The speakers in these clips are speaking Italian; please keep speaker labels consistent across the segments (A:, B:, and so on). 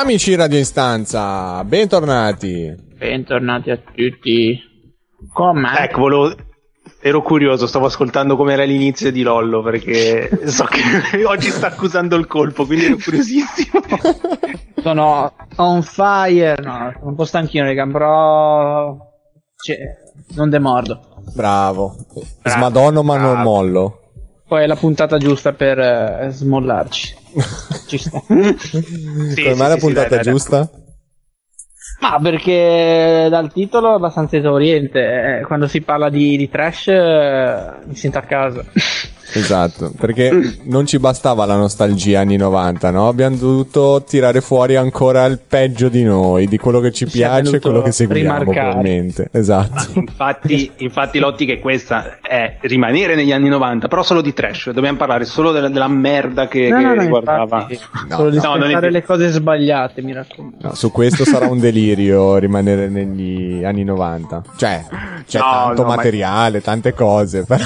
A: Amici Radio Instanza, bentornati.
B: Bentornati a tutti. Com'è?
C: Ecco, ero curioso, stavo ascoltando com'era l'inizio di Lollo, perché so che oggi sta accusando il colpo, quindi ero curiosissimo.
B: Sono on fire, no, sono un po' stanchino, raga, però non demordo.
A: Bravo. Smadonno ma non mollo.
B: Poi è la puntata giusta per smollarci. Ci sta.
A: Come mai la puntata giusta?
B: Ma perché dal titolo è abbastanza esauriente. Quando si parla di trash mi sento a casa.
A: Esatto, perché non ci bastava la nostalgia anni 90, no? Abbiamo dovuto tirare fuori ancora il peggio di noi, di quello che ci piace e quello che seguiamo probabilmente. Esatto.
C: Infatti l'ottica è questa, è rimanere negli anni 90, però solo di trash. Dobbiamo parlare solo della merda che riguardava.
B: Solo di fare le cose sbagliate, mi raccomando.
A: No, su questo sarà un delirio rimanere negli anni 90. Cioè, c'è tanto materiale, tante cose, però...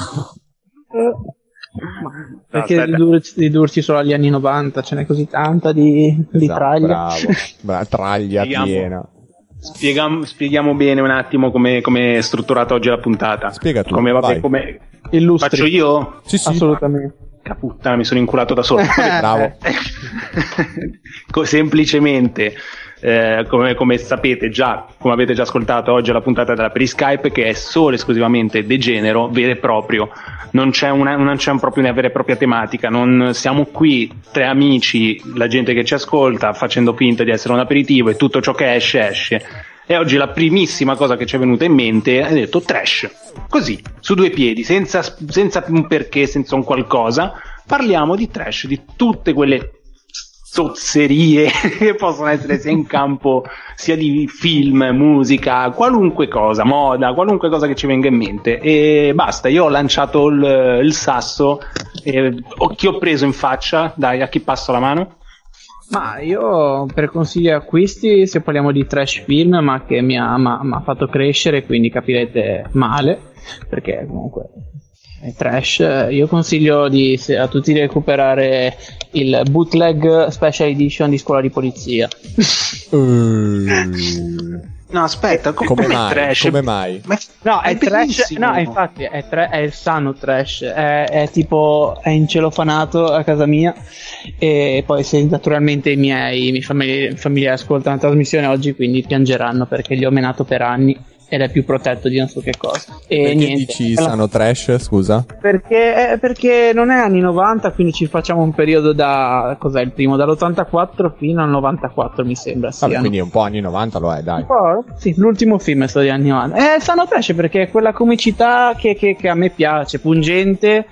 B: Perché ridurci solo agli anni 90, ce n'è così tanta di traglia.
A: Bravo, traglia piena.
C: Spieghiamo bene un attimo come è strutturata oggi la puntata.
A: Spiega tu,
C: come
B: illustri.
C: Faccio io?
A: Sì.
B: Assolutamente.
C: Caputtana, mi sono inculato da solo.
A: Bravo.
C: Semplicemente, come sapete già, come avete già ascoltato oggi, è la puntata della Periskype, che è solo esclusivamente degenero vero e proprio. Non c'è proprio una vera e propria tematica. Non siamo qui tre amici, la gente che ci ascolta, facendo finta di essere un aperitivo, e tutto ciò che esce. E oggi la primissima cosa che ci è venuta in mente è detto trash, così, su due piedi, senza un perché, senza un qualcosa. Parliamo di trash, di tutte quelle zozzerie che possono essere sia in campo, sia di film, musica, qualunque cosa, moda, qualunque cosa che ci venga in mente. E basta, io ho lanciato il sasso, chi ho preso in faccia? Dai, a chi passo la mano?
B: Ma io per consigli e acquisti, se parliamo di trash film, ma che mi ha fatto crescere, quindi capirete male, perché comunque è trash, io consiglio a tutti di recuperare il bootleg special edition di Scuola di Polizia.
C: No, aspetta, come
A: mai?
C: Trash?
A: Come mai?
B: No, è trash. No, infatti è il sano trash. È tipo è incelofanato a casa mia. E poi se naturalmente i miei familiari ascoltano la trasmissione oggi, quindi piangeranno perché gli ho menato per anni ed è più protetto di non so che cosa. E
A: perché
B: niente.
A: Dici sano trash, scusa?
B: Perché non è anni 90, quindi ci facciamo un periodo cos'è il primo? Dall'84 fino al 94 mi sembra.
A: Vabbè, quindi un po' anni 90 lo è, dai.
B: Sì, l'ultimo film è stato degli anni 90. È sano trash perché è quella comicità che a me piace, pungente,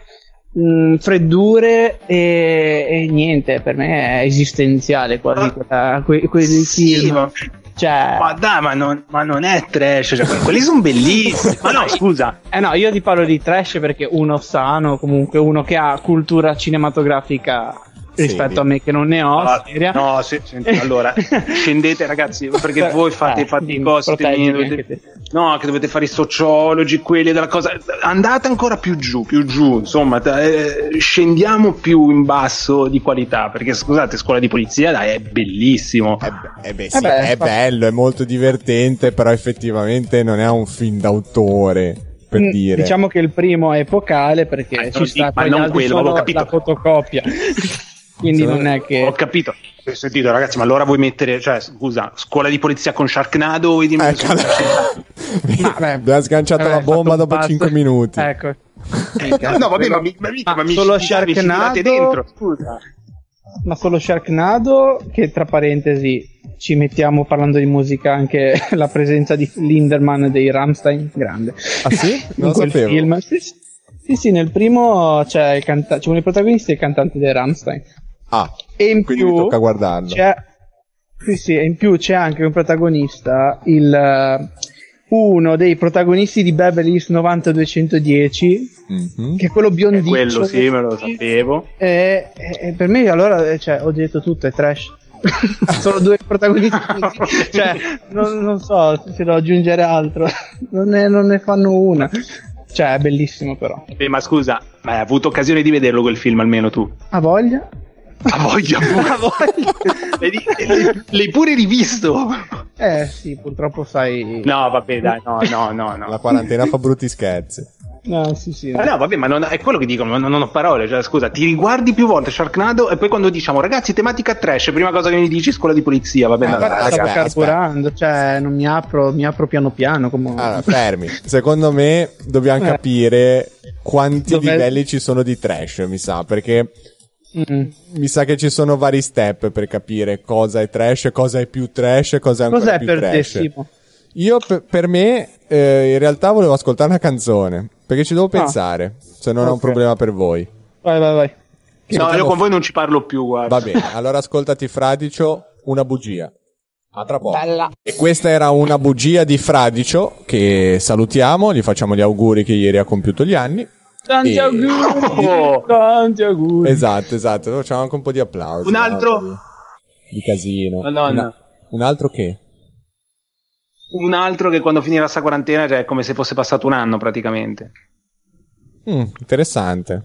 B: freddure e niente, per me è esistenziale quasi quei film. Cioè...
C: Ma dai, ma non è trash, cioè, quelli sono bellissimi. Ma no, scusa.
B: No, io ti parlo di trash perché uno sano, comunque uno che ha cultura cinematografica rispetto a me che non ne ho.
C: Allora, scendete ragazzi, perché voi fate i costi, che dovete fare i sociologi, quelli della cosa. Andate ancora più giù, insomma, scendiamo più in basso di qualità, perché scusate, Scuola di Polizia, dai, è bellissimo.
A: È bello, è molto divertente, però effettivamente non è un film d'autore. Per dire.
B: Diciamo che il primo è epocale perché ci sta,
C: ma non quello, avevo capito.
B: La fotocopia. Quindi non è che...
C: Ho capito. Ho sentito, ragazzi, ma allora vuoi mettere, cioè, scusa, Scuola di Polizia con Sharknado?
A: Mi ha sganciato la bomba dopo 5 minuti.
B: Ecco.
C: No, vabbè, ma mi
B: solo Sharknado
C: dentro, scusa.
B: Ma solo Sharknado, che tra parentesi ci mettiamo, parlando di musica, anche la presenza di Lindemann dei Rammstein, grande.
A: Ah sì? Non lo sapevo.
B: Film. Sì, nel primo c'è uno dei protagonisti e il cantante dei Rammstein.
A: Ah,
B: e in
A: quindi
B: più
A: mi tocca guardarlo.
B: Sì, e in più c'è anche un protagonista, uno dei protagonisti di Beverly Hills 90210, che è quello biondiccio.
C: Quello sì, me lo sapevo.
B: E per me allora, cioè, ho detto tutto, è trash. Sono due protagonisti cioè, non so se devo aggiungere altro. non ne fanno una. Cioè, è bellissimo però.
C: Ma scusa, ma hai avuto occasione di vederlo quel film almeno tu?
B: Ha voglia?
C: A voglia. L'hai pure rivisto?
B: Sì, purtroppo sai.
C: No, vabbè, dai, no.
A: La quarantena fa brutti scherzi.
B: No, sì.
C: No, vabbè, ma è quello che dico, non ho parole. Cioè, scusa, ti riguardi più volte Sharknado e poi quando diciamo ragazzi tematica trash, prima cosa che mi dici scuola di polizia, va bene.
B: Stavo carburando, cioè non mi apro piano piano.
A: Allora, fermi. Secondo me dobbiamo capire quanti livelli ci sono di trash, mi sa, perché mi sa che ci sono vari step per capire cosa è trash, cosa è più trash, cosa è ancora
B: Cos'è
A: più
B: per
A: trash.
B: te, Simo?
A: Io per me in realtà volevo ascoltare una canzone, perché ci devo pensare, se non è un problema per voi.
B: Vai.
C: No, io con voi non ci parlo più, guarda.
A: Va bene, allora ascoltati Fradicio, Una bugia. A tra poco.
B: Bella.
A: E questa era una bugia di Fradicio, che salutiamo, gli facciamo gli auguri che ieri ha compiuto gli anni.
B: Tanti auguri.
A: Esatto, facciamo anche un po' di applausi.
C: Un altro?
A: Di casino.
C: Madonna.
A: Un altro che?
C: Un altro che quando finirà sta quarantena, cioè, è come se fosse passato un anno praticamente.
A: Interessante.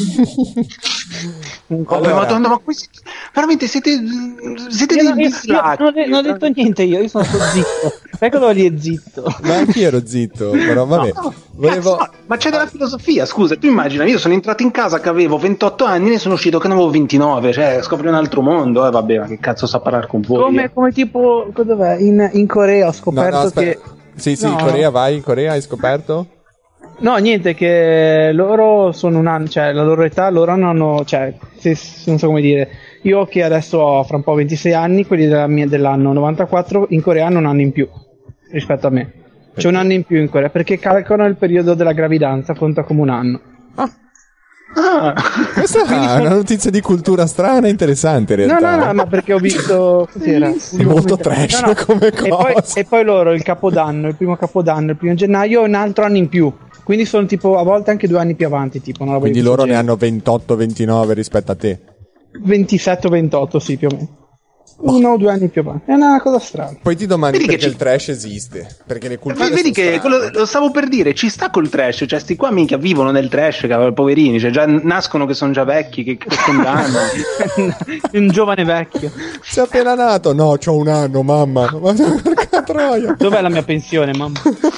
C: Allora... Madonna, ma questi veramente siete dei bislacchi.
B: Non ho detto niente io sono stato zitto. Eccolo lì è zitto.
A: Ma anch'io ero zitto, però vabbè.
C: Ma c'è della filosofia, scusa, tu immagina, io sono entrato in casa che avevo 28 anni e ne sono uscito che ne avevo 29, cioè scopri un altro mondo, vabbè, ma che cazzo sa parlare con voi?
B: Come tipo, dov'è? In Corea ho scoperto che...
A: Sì, in Corea vai, in Corea hai scoperto?
B: No, niente, che loro sono un anno, cioè la loro età, loro hanno, cioè, non so come dire, io che adesso ho fra un po' 26 anni, quelli dell'anno 94, in Corea hanno un anno in più rispetto a me. C'è un anno in più in Corea, perché calcolano il periodo della gravidanza, conta come un anno.
A: Questa è una notizia di cultura strana e interessante in realtà.
B: No, ma perché ho visto cos'era?
A: Molto trash come cosa.
B: E poi loro il primo capodanno, il 1 gennaio, un altro anno in più. Quindi sono tipo a volte anche 2 anni più avanti, tipo.
A: Quindi loro ne hanno 28-29 rispetto a te.
B: 27-28, sì, più o meno. 1 o 2 anni più avanti. È una cosa strana.
A: Poi ti domandi perché il trash esiste. Perché le culture
C: vedi che lo stavo per dire, ci sta col trash. Cioè, sti qua minchia vivono nel trash, poverini. Cioè, già nascono che sono già vecchi, che danno.
B: Un giovane vecchio.
A: Sei appena nato? No, c'ho un anno, mamma. Ma porca troia.
B: Dov'è la mia pensione, mamma?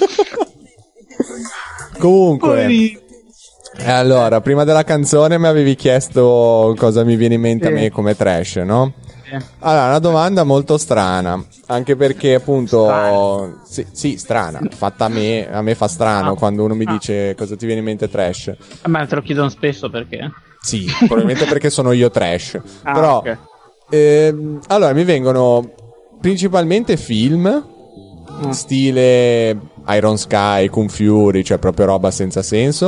A: Comunque, allora, prima della canzone mi avevi chiesto cosa mi viene in mente a me come trash, no? Allora, una domanda molto strana, anche perché appunto sì, strana, fatta a me fa strano quando uno mi dice cosa ti viene in mente trash.
B: Ma te lo chiedono spesso perché?
A: Sì, probabilmente perché sono io trash. Però
B: okay.
A: Allora mi vengono principalmente film stile Iron Sky, Kung Fury, cioè proprio roba senza senso.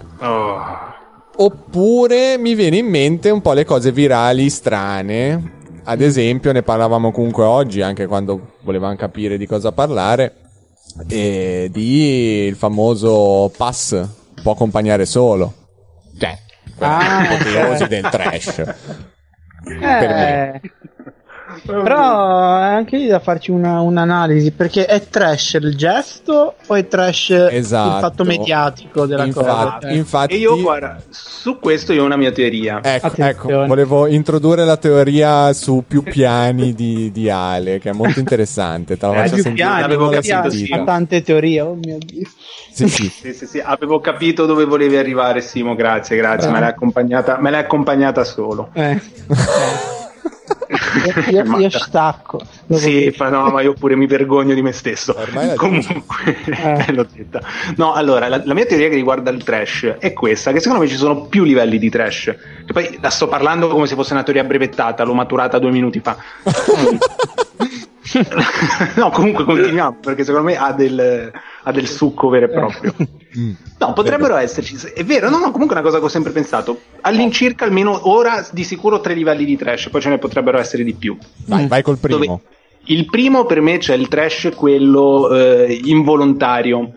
A: Oppure mi viene in mente un po' le cose virali strane. Ad esempio, ne parlavamo comunque oggi, anche quando volevamo capire di cosa parlare, di il famoso pass può accompagnare solo. Cioè, apoteosi del trash. Per me.
B: Però anche lì da farci un'analisi, perché è trash il gesto o è trash il fatto mediatico della cosa?
A: Infatti,
C: e io guarda, su questo io ho una mia teoria.
A: Ecco, volevo introdurre la teoria su più piani di Ale, che è molto interessante. Te la faccio sentire.
C: L'avevo capito,
B: ha tante teorie, oh mio Dio.
C: Sì, avevo capito dove volevi arrivare, Simo, grazie, me l'hai accompagnata solo.
B: Io stacco.
C: Sì, no, ma io pure mi vergogno di me stesso. Comunque, l'ho detta. No, allora, la mia teoria che riguarda il trash è questa, che secondo me ci sono più livelli di trash. E poi la sto parlando come se fosse una teoria brevettata, l'ho maturata 2 minuti fa. No, comunque continuiamo, perché secondo me ha del succo vero e proprio. No, potrebbero esserci, è vero, no, comunque è una cosa che ho sempre pensato. All'incirca, almeno ora, di sicuro 3 livelli di trash, poi ce ne potrebbero essere di più.
A: Vai col primo.
C: Il primo per me c'è il trash, quello involontario,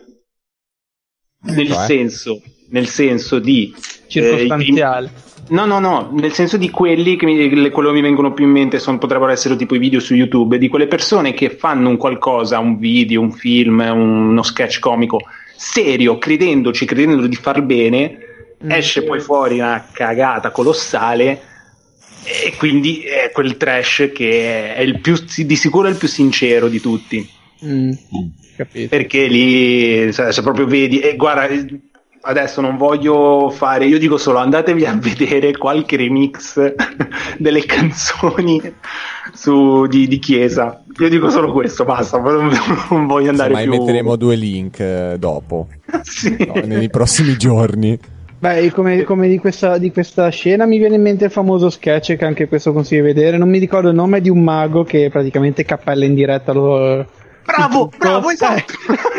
C: nel senso di
B: circostanziale.
C: No, nel senso di quelli quello mi vengono più in mente potrebbero essere tipo i video su YouTube, di quelle persone che fanno un qualcosa, un video, un film, uno sketch comico serio, credendo di far bene, esce poi fuori una cagata colossale E quindi è quel trash che è di sicuro il più sincero di tutti.
B: Capito.
C: Perché lì se proprio vedi, e guarda, adesso non voglio fare, io dico solo andatevi a vedere qualche remix delle canzoni di Chiesa. Io dico solo questo, basta, non voglio andare più.
A: Metteremo 2 link dopo,
C: sì.
A: Nei prossimi giorni.
B: Beh, come di questa scena mi viene in mente il famoso sketch che anche questo consiglio di vedere. Non mi ricordo il nome, di un mago che praticamente cappella in diretta
C: Bravo, esatto.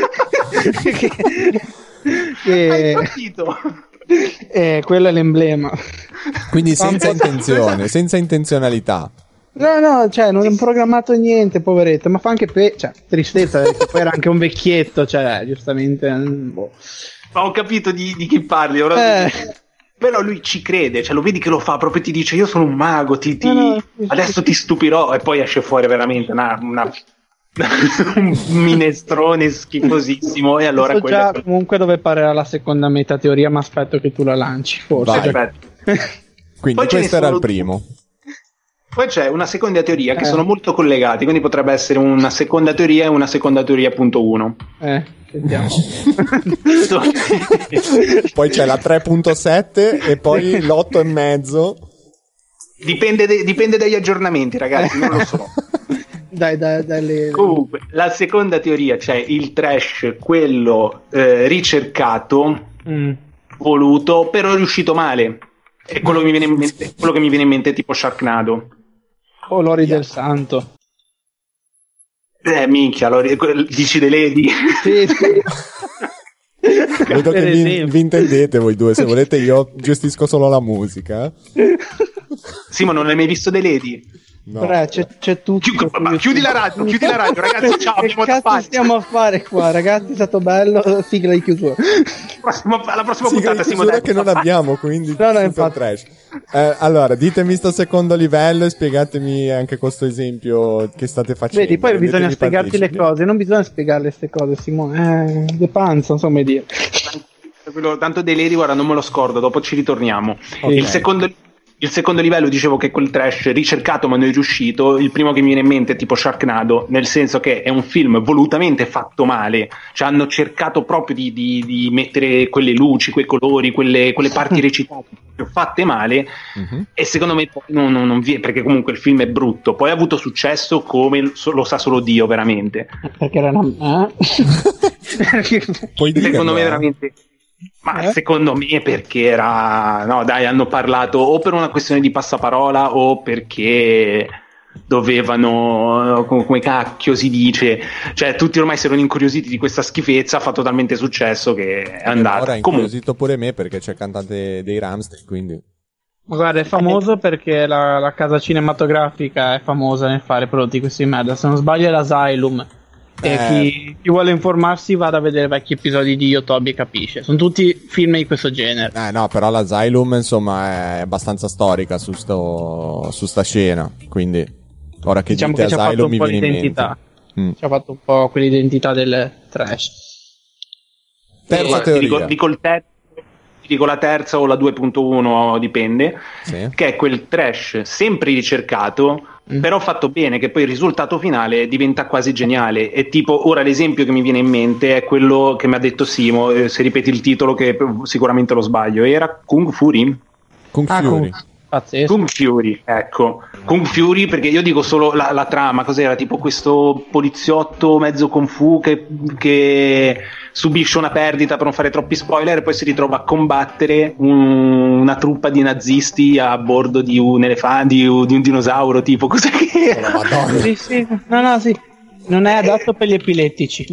C: Hai capito?
B: Quello è l'emblema.
A: Quindi senza intenzione, senza intenzionalità.
B: No, cioè non ho programmato niente, poveretto, ma fa anche tristezza, perché poi era anche un vecchietto, cioè giustamente boh.
C: Ma ho capito di chi parli ora. Però lui ci crede, cioè lo vedi che lo fa, proprio ti dice io sono un mago, adesso ti stupirò, e poi esce fuori veramente un minestrone schifosissimo. E allora
B: già comunque dove parerà la seconda metà teoria, ma aspetto che tu la lanci, forse.
A: Quindi questo era il primo.
C: Poi c'è una seconda teoria che sono molto collegati, quindi potrebbe essere una seconda teoria e una seconda teoria.1.
B: Sentiamo.
A: Poi c'è la 3.7 e poi l'8,5.
C: Dipende dagli aggiornamenti, ragazzi, non lo so. Comunque, la seconda teoria c'è il trash, quello ricercato, voluto, però riuscito male. È quello che mi viene in mente, tipo Sharknado.
B: O Lori del Santo.
C: Minchia, dici The Lady?
B: Sì.
A: Vedo che vi intendete voi due. Se volete io gestisco solo la musica.
C: Sì, ma non hai mai visto The Lady?
B: No. C'è tutto.
C: Chiudi la radio, ragazzi. Ciao.
B: Che cazzo stiamo a fare qua, ragazzi? È stato bello. Sigla di chiusura.
C: La prossima puntata siamo
A: che non abbiamo, quindi
B: no, infatti.
A: Trash. Allora, ditemi sto secondo livello e spiegatemi anche questo esempio che state facendo.
B: Vedi, poi bisogna spiegarti le cose, non bisogna spiegarle queste cose, Simone. De panza, non so come dire.
C: Tanto dei Lady, guarda, non me lo scordo, dopo ci ritorniamo.
A: Okay.
C: Il secondo livello dicevo che è quel trash ricercato ma non riuscito. Il primo che mi viene in mente è tipo Sharknado, nel senso che è un film volutamente fatto male, cioè hanno cercato proprio di mettere quelle luci, quei colori, quelle parti recitate fatte male, e secondo me non viene, perché comunque il film è brutto. Poi ha avuto successo come lo sa solo Dio, veramente,
B: perché era
C: secondo me veramente. Ma secondo me perché hanno parlato o per una questione di passaparola o perché dovevano, come cacchio si dice, cioè tutti ormai si erano incuriositi di questa schifezza, ha fatto talmente successo che è andata.
A: Ora ha incuriosito pure me perché c'è il cantante dei Rammstein, quindi.
B: Ma guarda, è famoso perché la casa cinematografica è famosa nel fare prodotti questi di merda. Se non sbaglio è l'Asylum. E chi vuole informarsi vada a vedere vecchi episodi di Yotobi e capisce. Sono tutti film di questo genere.
A: No, però l'Asylum insomma è abbastanza storica su sta scena. Quindi ora che
B: diciamo
A: dite
B: che
A: Asylum mi viene in
B: mente.
A: Ci
B: ha fatto un po' quell'identità del trash.
A: Terza teoria.
C: Dico la terza o la 2.1, dipende,
A: sì.
C: Che è quel trash sempre ricercato, però fatto bene, che poi il risultato finale diventa quasi geniale. E tipo, ora l'esempio che mi viene in mente è quello che mi ha detto Simo, se ripeti il titolo che sicuramente lo sbaglio, era Kung Fury?
A: Kung Fury.
B: Pazzesco.
C: Kung Fury, ecco. Kung Fury, perché io dico solo la trama, cos'era? Tipo questo poliziotto mezzo Kung Fu che subisce una perdita, per non fare troppi spoiler, e poi si ritrova a combattere una truppa di nazisti a bordo di un elefante, di un dinosauro, tipo, cos'è che era?
B: Sì. No, sì. Non è adatto per gli epilettici.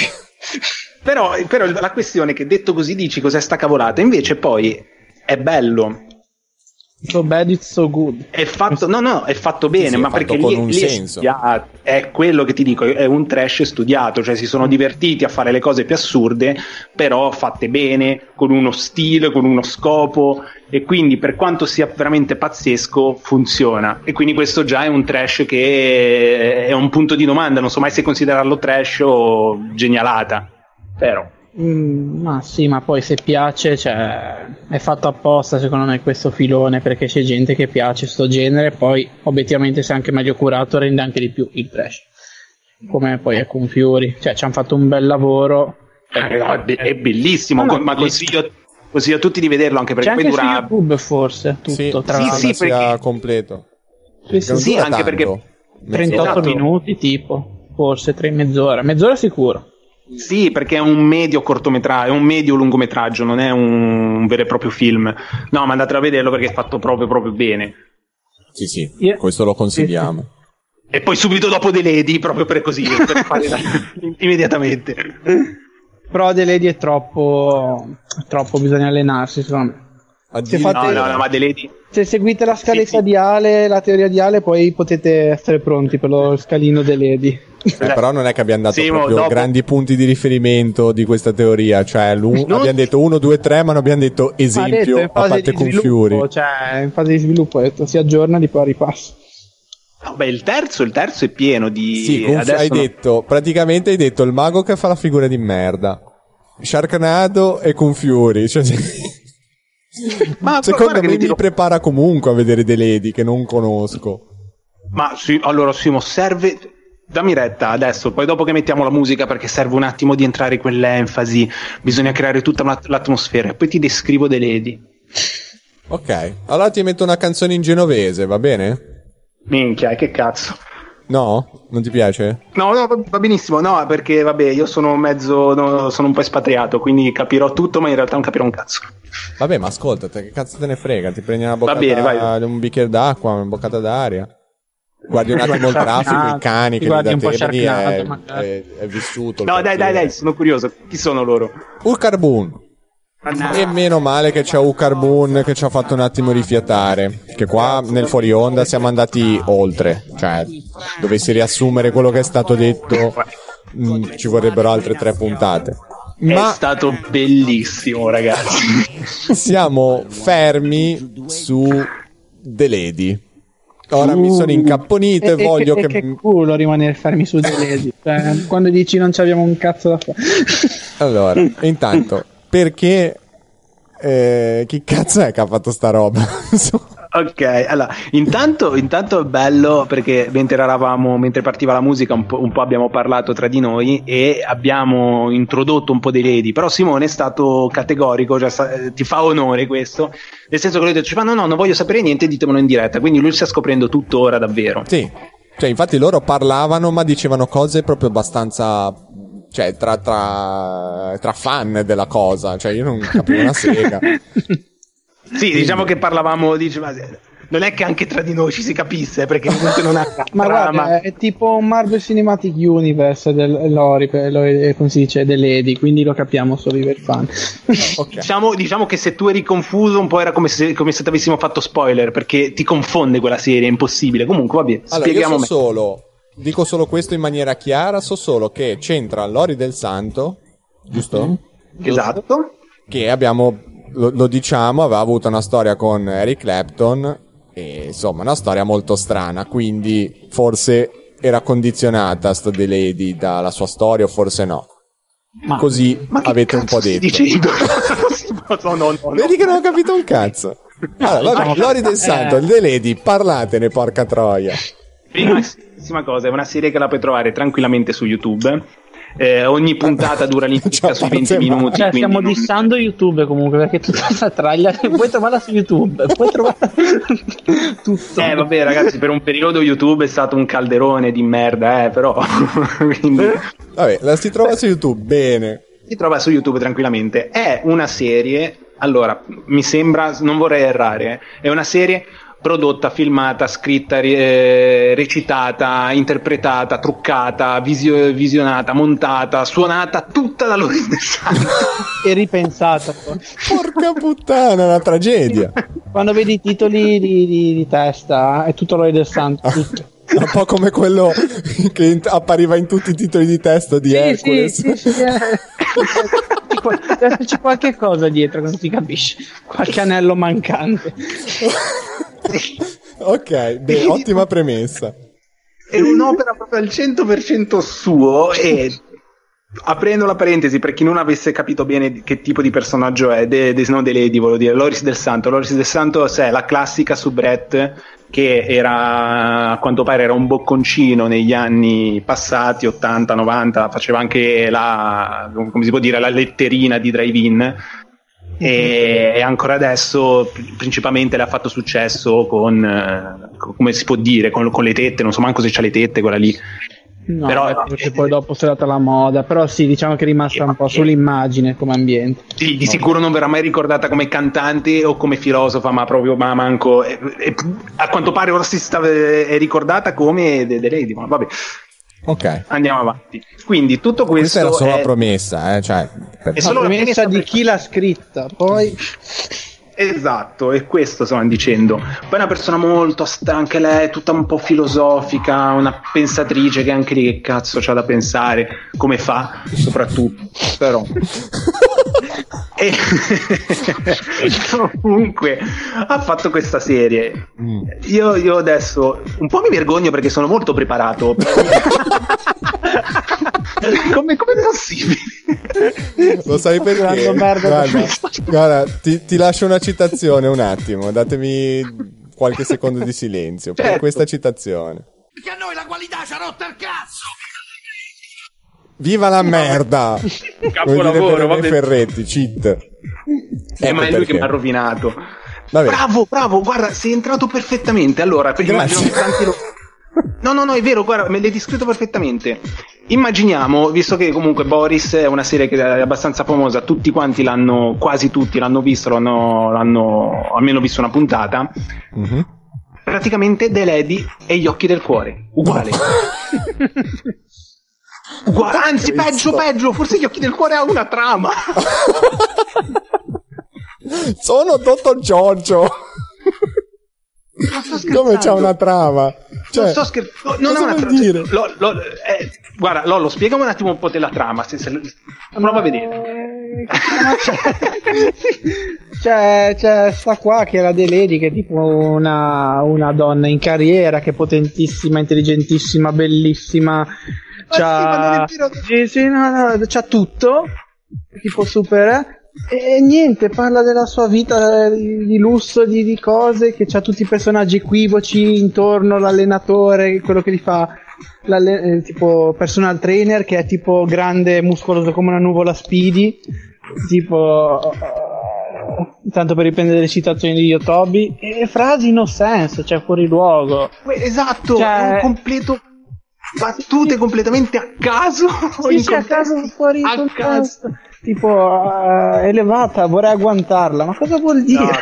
C: Però la questione è che detto così dici cos'è sta cavolata, invece poi è bello.
B: So bad it's so good.
C: È fatto, è fatto bene,
A: sì,
C: ma
A: è fatto
C: perché
A: con
C: lì
A: un senso.
C: È quello che ti dico, è un trash studiato, cioè si sono divertiti a fare le cose più assurde, però fatte bene, con uno stile, con uno scopo, e quindi per quanto sia veramente pazzesco funziona. E quindi questo già è un trash che è un punto di domanda, non so mai se considerarlo trash o genialata, però
B: Ma sì, ma poi se piace, cioè, è fatto apposta secondo me questo filone, perché c'è gente che piace sto genere, poi obiettivamente se è anche meglio curato rende anche di più il trash, come poi è con Fury, cioè ci hanno fatto un bel lavoro.
C: No, è bellissimo, ma consiglio a tutti di vederlo, anche perché
B: c'è
C: poi
B: anche
C: dura
B: su YouTube forse tutto, tra l'altro.
A: Sì, sia completo.
B: Sì,
C: anche
A: tanto.
C: perché
B: 38 minuti tipo, forse mezz'ora sicuro.
C: Sì, perché è un medio cortometraggio, è un medio lungometraggio, non è un vero e proprio film. No, ma andatelo a vederlo perché è fatto proprio bene.
A: Sì, questo lo consigliamo.
C: E poi subito dopo The Lady, proprio per così, per fare immediatamente.
B: Però The Lady è troppo, bisogna allenarsi, secondo me. Se fate,
C: no, ma The Lady...
B: Se seguite la scaletta di Ale, la teoria di Ale, poi potete essere pronti per lo scalino The Lady.
A: Però non è che abbiamo dato proprio grandi punti di riferimento di questa teoria, cioè abbiamo detto 1, 2, 3, ma non abbiamo detto esempio a parte con Fury.
B: Cioè, in fase di sviluppo, ho detto si aggiorna di poi a ripasso.
C: Beh, il terzo è pieno di...
A: Sì, praticamente hai detto il mago che fa la figura di merda, Sharknado e con Fury, cioè... Ma secondo me mi prepara comunque a vedere The Lady che non conosco.
C: Ma sì, allora Simo, serve... Dammi retta adesso, poi dopo che mettiamo la musica, perché serve un attimo di entrare in quell'enfasi, bisogna creare tutta l'atmosfera e poi ti descrivo The Lady.
A: Ok, allora ti metto una canzone in genovese, va bene?
C: Minchia, che cazzo.
A: No? Non ti piace?
C: No, va benissimo, no, perché vabbè, io sono sono un po' espatriato, quindi capirò tutto, ma in realtà non capirò un cazzo.
A: Vabbè, ma ascolta, che cazzo te ne frega? Ti prendi una boccata, un bicchiere d'acqua, una boccata d'aria. Guardi un attimo il traffico, i cani che
B: guardi
A: li
B: un po'
A: è vissuto.
C: No, dai, sono curioso. Chi sono loro?
A: Urkarbun. E meno male che c'è Ukarbun che ci ha fatto un attimo rifiatare, che qua nel fuori onda siamo andati oltre, cioè dovessi riassumere quello che è stato detto ci vorrebbero altre 3 puntate. Ma
C: è stato bellissimo, ragazzi.
A: Siamo fermi su The Lady. Ora mi sono incapponito e voglio
B: che culo rimanere fermi su The Lady, cioè, quando dici non ci abbiamo un cazzo da fare.
A: Allora, intanto perché chi cazzo è che ha fatto sta roba?
C: Ok, allora intanto è bello perché mentre partiva la musica un po' abbiamo parlato tra di noi e abbiamo introdotto un po' dei Lady, però Simone è stato categorico, cioè, ti fa onore questo, nel senso che lui ha detto no, non voglio sapere niente, ditemelo in diretta, quindi lui sta scoprendo tutto ora davvero.
A: Sì, cioè infatti loro parlavano ma dicevano cose proprio abbastanza... cioè tra fan della cosa, cioè io non capivo una sega.
C: Sì, diciamo che parlavamo, ma non è che anche tra di noi ci si capisse, perché comunque non ha
B: ma guarda, è tipo un Marvel Cinematic Universe dell'Ori, come si dice, The Lady, quindi lo capiamo solo i fan.
C: Okay. Diciamo che se tu eri confuso un po' era come se ti avessimo fatto spoiler, perché ti confonde quella serie, è impossibile. Comunque vabbè,
A: allora,
C: spieghiamo
A: dico solo questo in maniera chiara, so solo che c'entra Lori del Santo, giusto?
C: Esatto.
A: Che abbiamo, lo diciamo, aveva avuto una storia con Eric Clapton e insomma una storia molto strana, quindi forse era condizionata sto The Lady dalla sua storia o forse no. Così avete un po' detto. No. Vedi che non ho capito un cazzo. Allora, vabbè, Lori del Santo, The Lady, parlatene, porca troia.
C: Primissima cosa, è una serie che la puoi trovare tranquillamente su YouTube. Ogni puntata dura all'incirca sui 20 minuti.
B: Cioè, stiamo dissando YouTube comunque, perché tutta questa traglia puoi trovarla su YouTube, puoi trovarla tutto.
C: Vabbè, ragazzi, per un periodo YouTube è stato un calderone di merda, però. Quindi...
A: Vabbè, la si trova su YouTube, bene.
C: Si trova su YouTube tranquillamente. È una serie, allora, mi sembra, non vorrei errare, è una serie prodotta, filmata, scritta, recitata, interpretata, truccata, visionata, montata, suonata, tutta da Lori del Santo.
B: E ripensata.
A: Porca puttana, una tragedia.
B: Quando vedi i titoli di testa, è tutto Lori del Santo. Tutto.
A: Un po' come quello che appariva in tutti i titoli di testa di Hercules.
B: Sì. C'è qualche cosa dietro che non si capisce, qualche anello mancante.
A: Ok, beh, ottima premessa.
C: È un'opera proprio al 100% suo e aprendo la parentesi, per chi non avesse capito bene che tipo di personaggio è, no, The Lady, volevo dire, Loris del Santos è la classica soubrette che era, a quanto pare, era un bocconcino negli anni passati, 80, 90, faceva anche come si può dire, la letterina di Drive-In, e ancora adesso principalmente le ha fatto successo con come si può dire, con le tette, non so manco se c'ha le tette quella lì.
B: No, però perché poi dopo si è data la moda, però sì, diciamo che è rimasta un po' sull'immagine come ambiente.
C: Sì, di sicuro non verrà mai ricordata come cantante o come filosofa, ma proprio manco a quanto pare ora è ricordata come The Lady, ma vabbè.
A: Ok,
C: andiamo avanti. Quindi tutto questo
A: questa era solo la promessa, cioè
B: è solo la promessa di chi l'ha scritta, poi
C: esatto, e questo stavano dicendo. Poi è una persona molto anche lei, tutta un po' filosofica, una pensatrice che anche lì che cazzo c'ha da pensare, come fa, soprattutto, però. E comunque ha fatto questa serie. Io adesso un po' mi vergogno perché sono molto preparato. Come è possibile?
A: Lo sai perché? Guarda, ti lascio una citazione un attimo, datemi qualche secondo di silenzio per questa citazione.
D: Perché a noi la qualità ci ha rotto il cazzo!
A: Viva la merda!
C: Capolavoro,
A: vabbè. Ferretti, cheat.
C: Ma è lui che mi ha rovinato.
A: Vabbè.
C: Bravo, guarda, sei entrato perfettamente. Allora, perché immagino tanti No, è vero, guarda, me l'hai descritto perfettamente. Immaginiamo, visto che comunque Boris è una serie che è abbastanza famosa, quasi tutti l'hanno visto, l'hanno almeno visto una puntata. Mm-hmm. Praticamente The Lady e Gli occhi del cuore, uguale. Anzi, peggio, forse Gli occhi del cuore ha una trama.
A: Sono Dottor Giorgio. Come c'ha una trama? Cioè,
C: non sto scherzando, non è una trama. Guarda, Lollo, spiegami un attimo un po' della trama. Prova a vedere.
B: C'è sta qua che è la The Lady, che è tipo una donna in carriera, che è potentissima, intelligentissima, bellissima. C'ha tutto, tipo super. E niente, parla della sua vita di lusso, di cose, che c'ha tutti i personaggi equivoci intorno, l'allenatore, quello che gli fa tipo personal trainer, che è tipo grande, muscoloso come una nuvola Speedy, tipo tanto per riprendere le citazioni di Yotobi, e frasi no sense, cioè fuori luogo.
C: Esatto, è un completo battute completamente a caso.
B: Sì, a caso, fuori contesto. Tipo elevata, vorrei agguantarla, ma cosa vuol dire?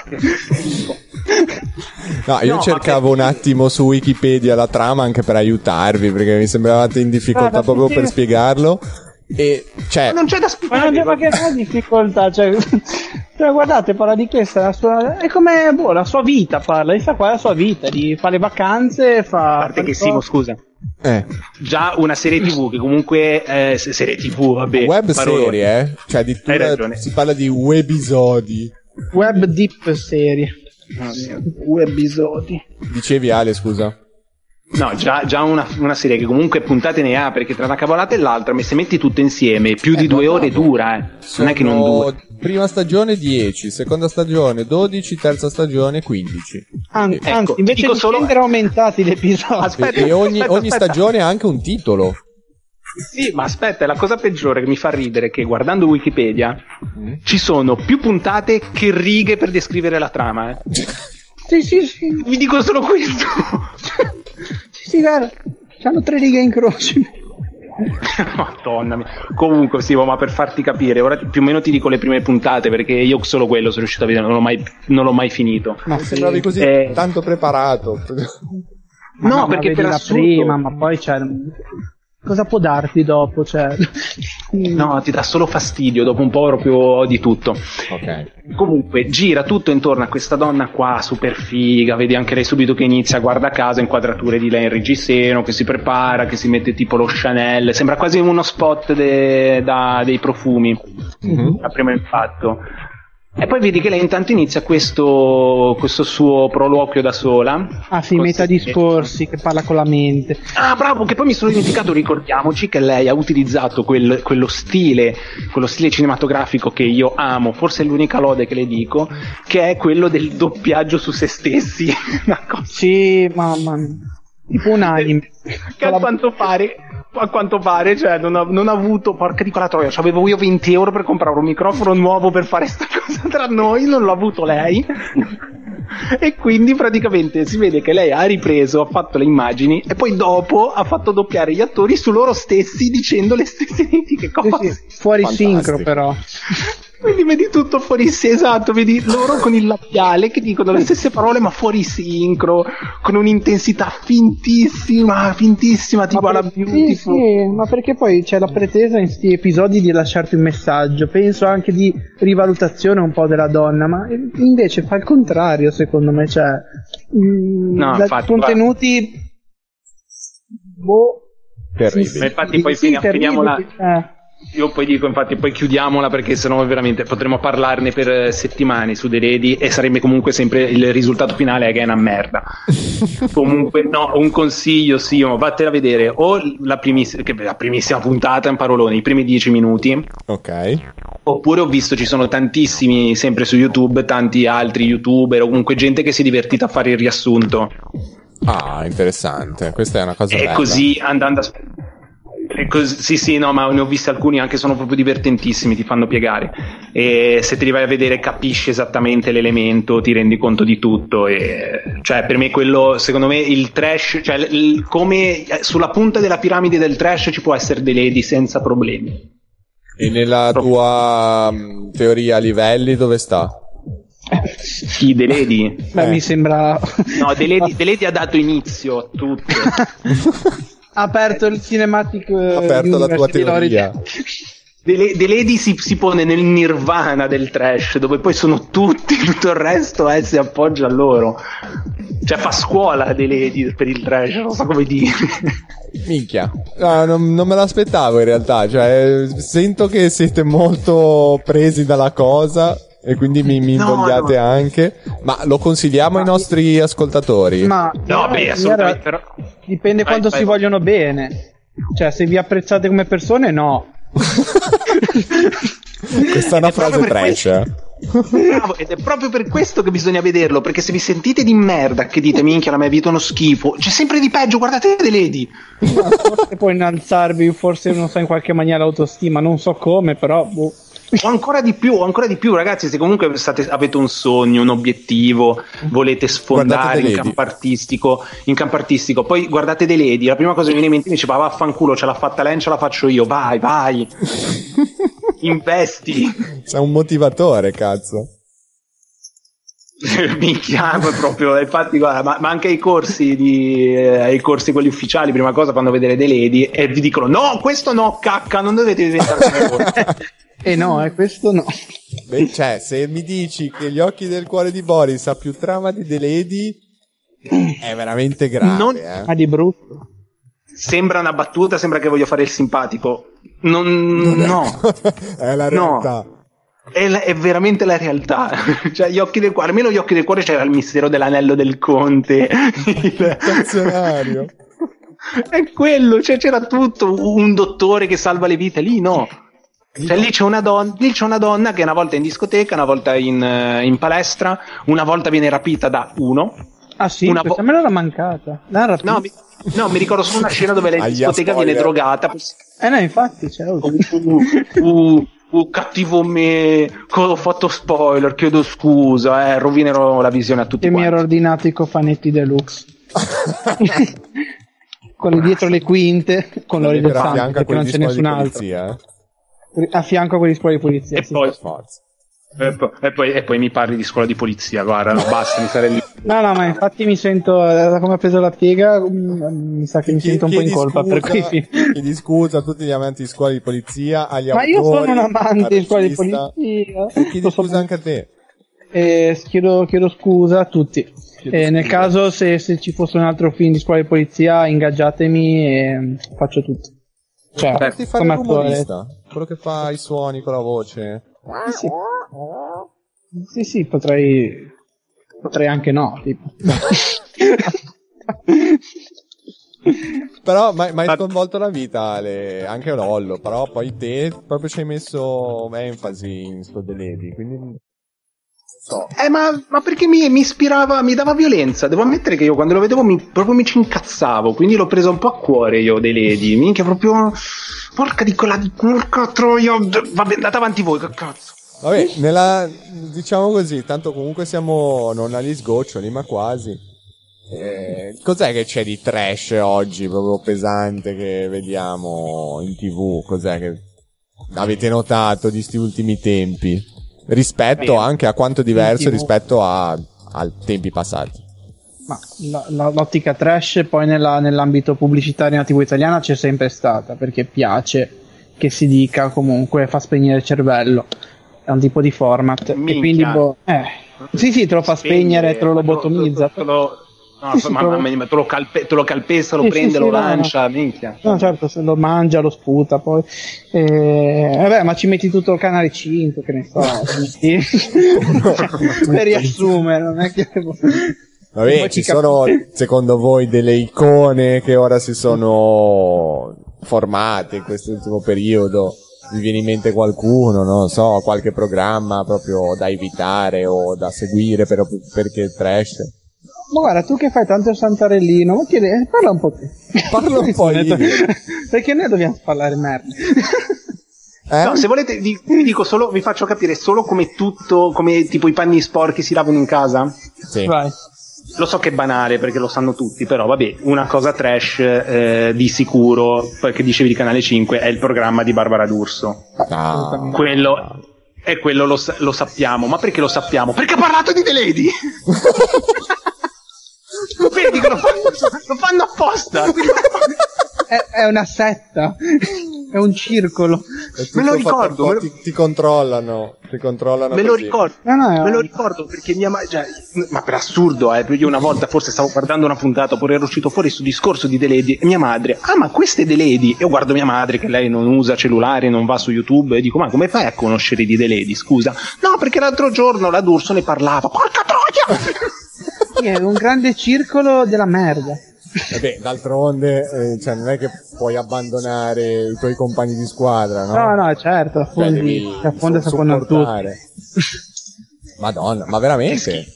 A: No, io cercavo un attimo su Wikipedia la trama anche per aiutarvi, perché mi sembravate in difficoltà proprio per spiegarlo. E cioè,
C: non c'è da spiegare.
B: Ma che è difficoltà? Cioè, guardate, parla di questa, è come la sua vita, parla di sta qua, la sua vita, di fare le vacanze,
C: a parte che Simo, scusa. Già una serie TV che comunque serie TV, vabbè,
A: web serie, cioè addirittura si parla di webisodi,
B: web deep serie, webisodi.
A: Dicevi, Ale, scusa.
C: No, già una serie che comunque puntate ne ha, perché tra una cavolata e l'altra, se metti tutto insieme più di 2 ore dura, non è che non dura.
A: Prima stagione 10, seconda stagione 12, terza stagione 15.
B: Anzi, invece di scendere aumentati gli episodi.
A: Aspetta, e ogni stagione ha anche un titolo.
C: Sì, ma aspetta, la cosa peggiore che mi fa ridere è che guardando Wikipedia ci sono più puntate che righe per descrivere la trama.
B: Sì.
C: Vi dico solo questo.
B: Sì, guarda, c'hanno 3 righe in croce.
C: Madonna mia. Comunque, sì, ma per farti capire, ora più o meno ti dico le prime puntate, perché io solo quello sono riuscito a vedere, non l'ho mai finito.
A: Ma sembravi così tanto preparato.
B: No, perché per la prima, ma poi c'è. Cosa può darti dopo? Cioè...
C: No, ti dà solo fastidio, dopo un po' proprio di tutto.
A: Ok.
C: Comunque gira tutto intorno a questa donna qua, super figa, vedi anche lei subito che inizia, guarda caso, inquadrature di lei in reggiseno, che si prepara, che si mette tipo lo Chanel, sembra quasi uno spot dei profumi, a primo impatto. E poi vedi che lei intanto inizia questo suo proloquio da sola.
B: Ah sì, metadiscorsi, che parla con la mente.
C: Ah, bravo, che poi mi sono dimenticato, ricordiamoci che lei ha utilizzato quello stile cinematografico che io amo, forse è l'unica lode che le dico, che è quello del doppiaggio su se stessi. Una cosa.
B: Sì, mamma mia. Tipo un anime.
C: Che a quanto pare, cioè, non ha avuto, porca di quella troia, avevo io 20 euro per comprare un microfono nuovo per fare sta cosa tra noi, non l'ha avuto lei. E quindi praticamente si vede che lei ha ripreso, ha fatto le immagini e poi dopo ha fatto doppiare gli attori su loro stessi dicendo le stesse identiche cose.
B: Sì, fuori sincro però.
C: Quindi vedi tutto fuori esatto, vedi loro con il labiale che dicono le stesse parole ma fuori sincro, con un'intensità fintissima, tipo alla Beautiful.
B: Sì, ma perché poi c'è la pretesa in questi episodi di lasciarti un messaggio, penso anche di rivalutazione un po' della donna, ma invece fa il contrario secondo me, cioè
C: infatti,
B: contenuti
C: terribili. Infatti poi finiamola. Io poi dico, infatti, poi chiudiamola perché sennò veramente potremmo parlarne per settimane su The Lady e sarebbe comunque sempre il risultato finale che è una merda. Comunque, no, un consiglio, sì, vattela a vedere o la primissima puntata in parolone, i primi 10 minuti.
A: Ok.
C: Oppure ho visto ci sono tantissimi, sempre su YouTube, tanti altri YouTuber o comunque gente che si è divertita a fare il riassunto.
A: Ah, interessante. Questa è una cosa bella.
C: E così andando a... Sì, no, ma ne ho visti alcuni anche, sono proprio divertentissimi, ti fanno piegare e se te li vai a vedere capisci esattamente l'elemento, ti rendi conto di tutto e cioè per me quello, secondo me il trash, cioè come sulla punta della piramide del trash ci può essere The Lady senza problemi.
A: E nella tua teoria a livelli dove sta?
C: Chi, The Lady?
B: Beh, mi sembra
C: no, The Lady ha dato inizio a tutto.
B: Ha aperto il cinematic,
A: ha aperto la tua teoria.
C: The Lady si pone nel nirvana del trash, dove poi sono tutti, tutto il resto si appoggia a loro. Cioè fa scuola The Lady per il trash, non so come dire.
A: Minchia, no, non me l'aspettavo in realtà, cioè sento che siete molto presi dalla cosa e quindi mi invogliate anche, ma lo consigliamo ai nostri ascoltatori?
B: Ma
C: no, beh, assolutamente, però
B: dipende quanto si vogliono bene, cioè se vi apprezzate come persone no.
A: Questa è una frase trash.
C: Bravo, ed è proprio per questo che bisogna vederlo, perché se vi sentite di merda che dite minchia la mia vita è uno schifo, c'è sempre di peggio, guardate The Lady.
B: Forse può innalzarvi, forse non so, in qualche maniera l'autostima, non so come, però
C: o ancora di più ragazzi, se comunque avete un sogno, un obiettivo, volete sfondare in campo artistico, poi guardate The Lady, la prima cosa che mi viene in mente mi dice vaffanculo, ce l'ha fatta lei, ce la faccio io, vai investi,
A: sei un motivatore, cazzo.
C: Minchia, proprio, infatti guarda, ma anche ai corsi quelli ufficiali, prima cosa fanno vedere The Lady e vi dicono no, questo no, cacca, non dovete diventare come
B: no, questo no.
A: Beh, cioè, se mi dici che Gli occhi del cuore di Boris ha più trama di The Lady, è veramente grave.
B: Ma di brutto.
C: Sembra una battuta, sembra che voglio fare il simpatico. No.
A: È la realtà.
C: No. È veramente la realtà. Cioè, Gli occhi del cuore, almeno Gli occhi del cuore c'era il mistero dell'anello del conte.
A: Il canzionario.
C: È quello, cioè c'era tutto, un dottore che salva le vite, lì no. Cioè, lì c'è una donna che una volta è in discoteca, una volta in palestra, una volta viene rapita da uno.
B: Ah sì, questa me l'era mancata.
C: No, mi ricordo solo una scena dove lei in discoteca viene drogata.
B: No, infatti c'è.
C: Cattivo me, ho fatto spoiler, chiedo scusa, rovinerò la visione a tutti
B: quanti.
C: Mi
B: ero ordinato i cofanetti deluxe. Quelli dietro le quinte, con l'orizzonte, perché non c'è nessun altro. A fianco a quelli di scuola di polizia.
C: E poi mi parli di scuola di polizia, guarda, no, basta, mi sarei lì.
B: No, ma infatti mi sento, come ha preso la piega, mi sa che mi sento un po' in colpa per cui
A: chiedi scusa a tutti gli amanti di scuola di polizia, agli
B: autori,
A: io
B: sono un amante di scuola di polizia.
A: E chiedi scusa anche a te.
B: Chiedo scusa a tutti. Nel caso se ci fosse un altro film di scuola di polizia, ingaggiatemi e faccio tutto. Cioè,
A: ti fare l'umorista, quello che fa i suoni con la voce.
B: Sì. Sì, potrei anche no, tipo.
A: Però mai sconvolto la vita, anche Lollo, però poi te proprio ci hai messo enfasi in sto Deledi, quindi so.
C: Ma perché mi ispirava, mi dava violenza. Devo ammettere che io quando lo vedevo proprio mi ci incazzavo, quindi l'ho preso un po' a cuore io dei Lady. Minchia, proprio porca troia. Vabbè, andate avanti voi, che cazzo.
A: Vabbè, diciamo così, tanto comunque siamo non agli sgoccioli, ma quasi. Cos'è che c'è di trash oggi, proprio pesante, che vediamo in TV? Cos'è che avete notato di sti ultimi tempi? Rispetto anche a quanto diverso rispetto a tempi passati.
B: Ma l'ottica trash poi nell'ambito pubblicitario nella TV italiana c'è sempre stata, perché piace che si dica, comunque fa spegnere il cervello. È un tipo di format.
C: Minchia.
B: E quindi sì, te lo fa spegnere, te lo lobotomizza.
C: Ma te lo calpesta, lo prende, lo lancia, minchia.
B: No, certo, se lo mangia, lo sputa, poi. Vabbè, ma ci metti tutto il canale 5, che ne so. Per riassumere, non è che.
A: Vabbè, ci sono, secondo voi, delle icone che ora si sono formate in quest'ultimo periodo? Vi viene in mente qualcuno, non so, qualche programma proprio da evitare o da seguire perché trash?
B: Ma guarda, tu che fai tanto santarellino, ma parla un po' te.
A: Parla un po' io.
B: Perché noi dobbiamo parlare merda.
C: No, se volete vi dico solo, vi faccio capire solo come tipo i panni sporchi si lavano in casa.
A: Sì.
B: Vai.
C: Lo so che è banale perché lo sanno tutti, però vabbè, una cosa trash di sicuro, perché dicevi di Canale 5, è il programma di Barbara D'Urso. Quello lo sappiamo. Ma perché lo sappiamo? Perché ha parlato di The Lady! Vedi che lo fanno apposta!
B: È una setta, è un circolo.
C: Me lo ricordo.
A: Ti controllano. Me
C: lo ricordo. Me lo ricordo perché mia madre. Ma per assurdo, io una volta forse stavo guardando una puntata, oppure era uscito fuori sul discorso di The Lady e mia madre, ma queste è The Lady. E io guardo mia madre che lei non usa cellulare, non va su YouTube, e dico, ma come fai a conoscere di The Lady? Scusa. No, perché l'altro giorno la D'Urso ne parlava. Porca troia!
B: È un grande circolo della merda.
A: Vabbè, d'altronde, non è che puoi abbandonare i tuoi compagni di squadra, no?
B: No, certo, affondi tutti.
A: Madonna, ma veramente?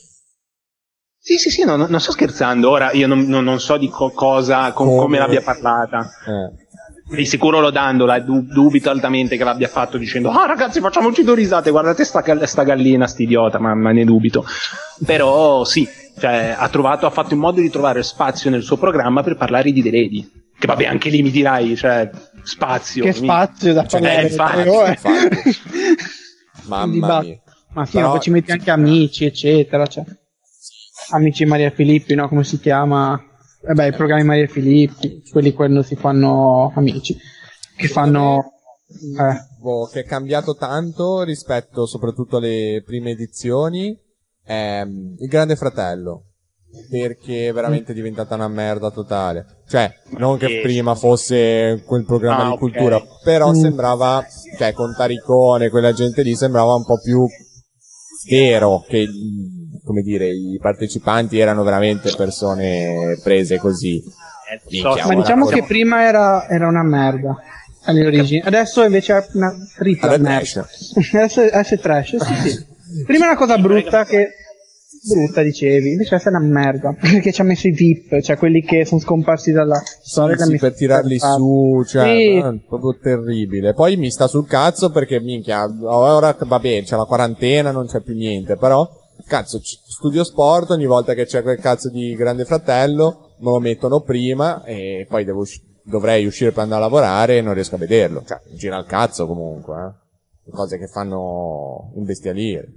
C: Sì, no, non sto scherzando. Ora io non so di cosa, come l'abbia parlata. Di sicuro Lodandola dubito altamente che l'abbia fatto dicendo ragazzi facciamoci due risate, guardate sta gallina, sta idiota, ma ne dubito. Però sì, ha fatto in modo di trovare spazio nel suo programma per parlare di The Lady, che vabbè anche lì mi dirai, spazio.
B: Che spazio da parlare,
A: infatti. Mamma mia.
B: Ma sì, ma poi ci metti anche amici eccetera, Amici Maria Filippi, no, come si chiama? I programmi Maria Filippi, quelli quando si fanno amici, che fanno
A: che è cambiato tanto rispetto soprattutto alle prime edizioni, il Grande Fratello, perché è veramente diventata una merda totale. Non che prima fosse quel programma di cultura, però sembrava, con Taricone, quella gente lì, sembrava un po' più vero, che come dire, i partecipanti erano veramente persone prese così.
B: Ma diciamo che prima era una merda alle origini, adesso invece è una tripla merda. Adesso è trash, sì. Prima è una cosa brutta dicevi, invece adesso è una merda, perché ci ha messo i VIP, quelli che sono scomparsi dalla storia.
A: Sì, per tirarli su, è proprio terribile. Poi mi sta sul cazzo perché minchia, ora vabbè, c'è la quarantena, non c'è più niente, però cazzo, studio sport, ogni volta che c'è quel cazzo di Grande Fratello me lo mettono prima e poi dovrei uscire per andare a lavorare e non riesco a vederlo. Gira il cazzo comunque, cose che fanno imbestialire.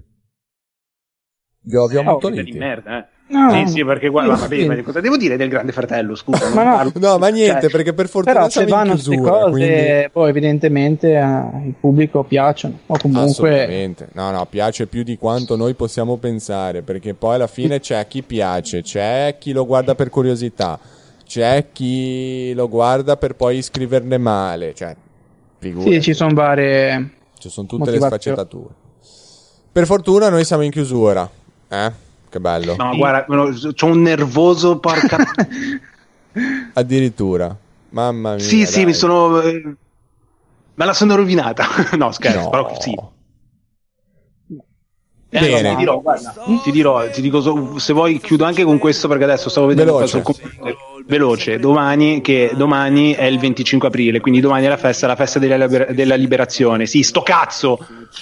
A: Vi ho ammonito
C: di merda, No. Sì, perché guarda, vabbè, cosa devo dire del Grande Fratello, scusa?
A: Ma niente, perché per fortuna
B: siamo in chiusura, cose, quindi poi evidentemente il pubblico piacciono, o comunque
A: assolutamente. No, piace più di quanto noi possiamo pensare, perché poi alla fine c'è chi piace, c'è chi lo guarda per curiosità, c'è chi lo guarda per poi scriverne male,
B: Sì, ci sono varie.
A: Ci sono tutte le sfaccettature. Per fortuna noi siamo in chiusura. Che bello.
C: No, guarda, c'ho un nervoso, porca...
A: Addirittura. Mamma mia.
C: Sì,
A: dai.
C: mi sono... me la sono rovinata. No, scherzo,
A: No.
C: però sì.
A: Bene.
C: Ti dico, se vuoi chiudo anche con questo, perché adesso stavo vedendo
A: Veloce.
C: Veloce. Domani è il 25 aprile, quindi domani è la festa della liberazione. Sì, sto cazzo!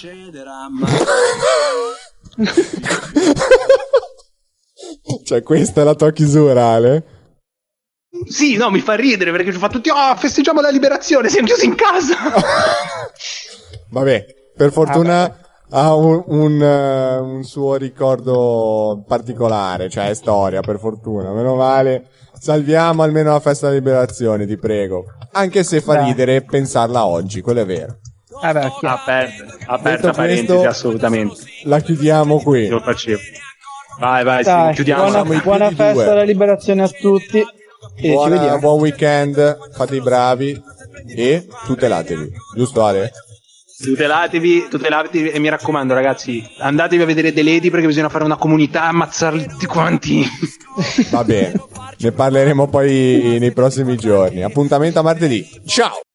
A: Cioè, questa è la tua chiusura, Ale?
C: Sì, no, mi fa ridere perché ci ho fatto tutti, festeggiamo la liberazione, siamo chiusi in casa.
A: Vabbè, per fortuna ha un suo ricordo particolare, cioè è storia, per fortuna. Meno male, salviamo almeno la festa della liberazione, ti prego. Anche se fa ridere pensarla oggi, quello è vero.
C: Aperta parentesi, assolutamente.
A: La chiudiamo qui.
C: Lo facevo. Vai,
B: Dai,
C: chiudiamo.
B: buona festa della liberazione a tutti. E ci vediamo.
A: Buon weekend, fate i bravi e tutelatevi, giusto Ale?
C: Tutelatevi e mi raccomando ragazzi, andatevi a vedere The Lady perché bisogna fare una comunità, ammazzarli tutti quanti.
A: Va bene, ne parleremo poi nei prossimi giorni. Appuntamento a martedì. Ciao!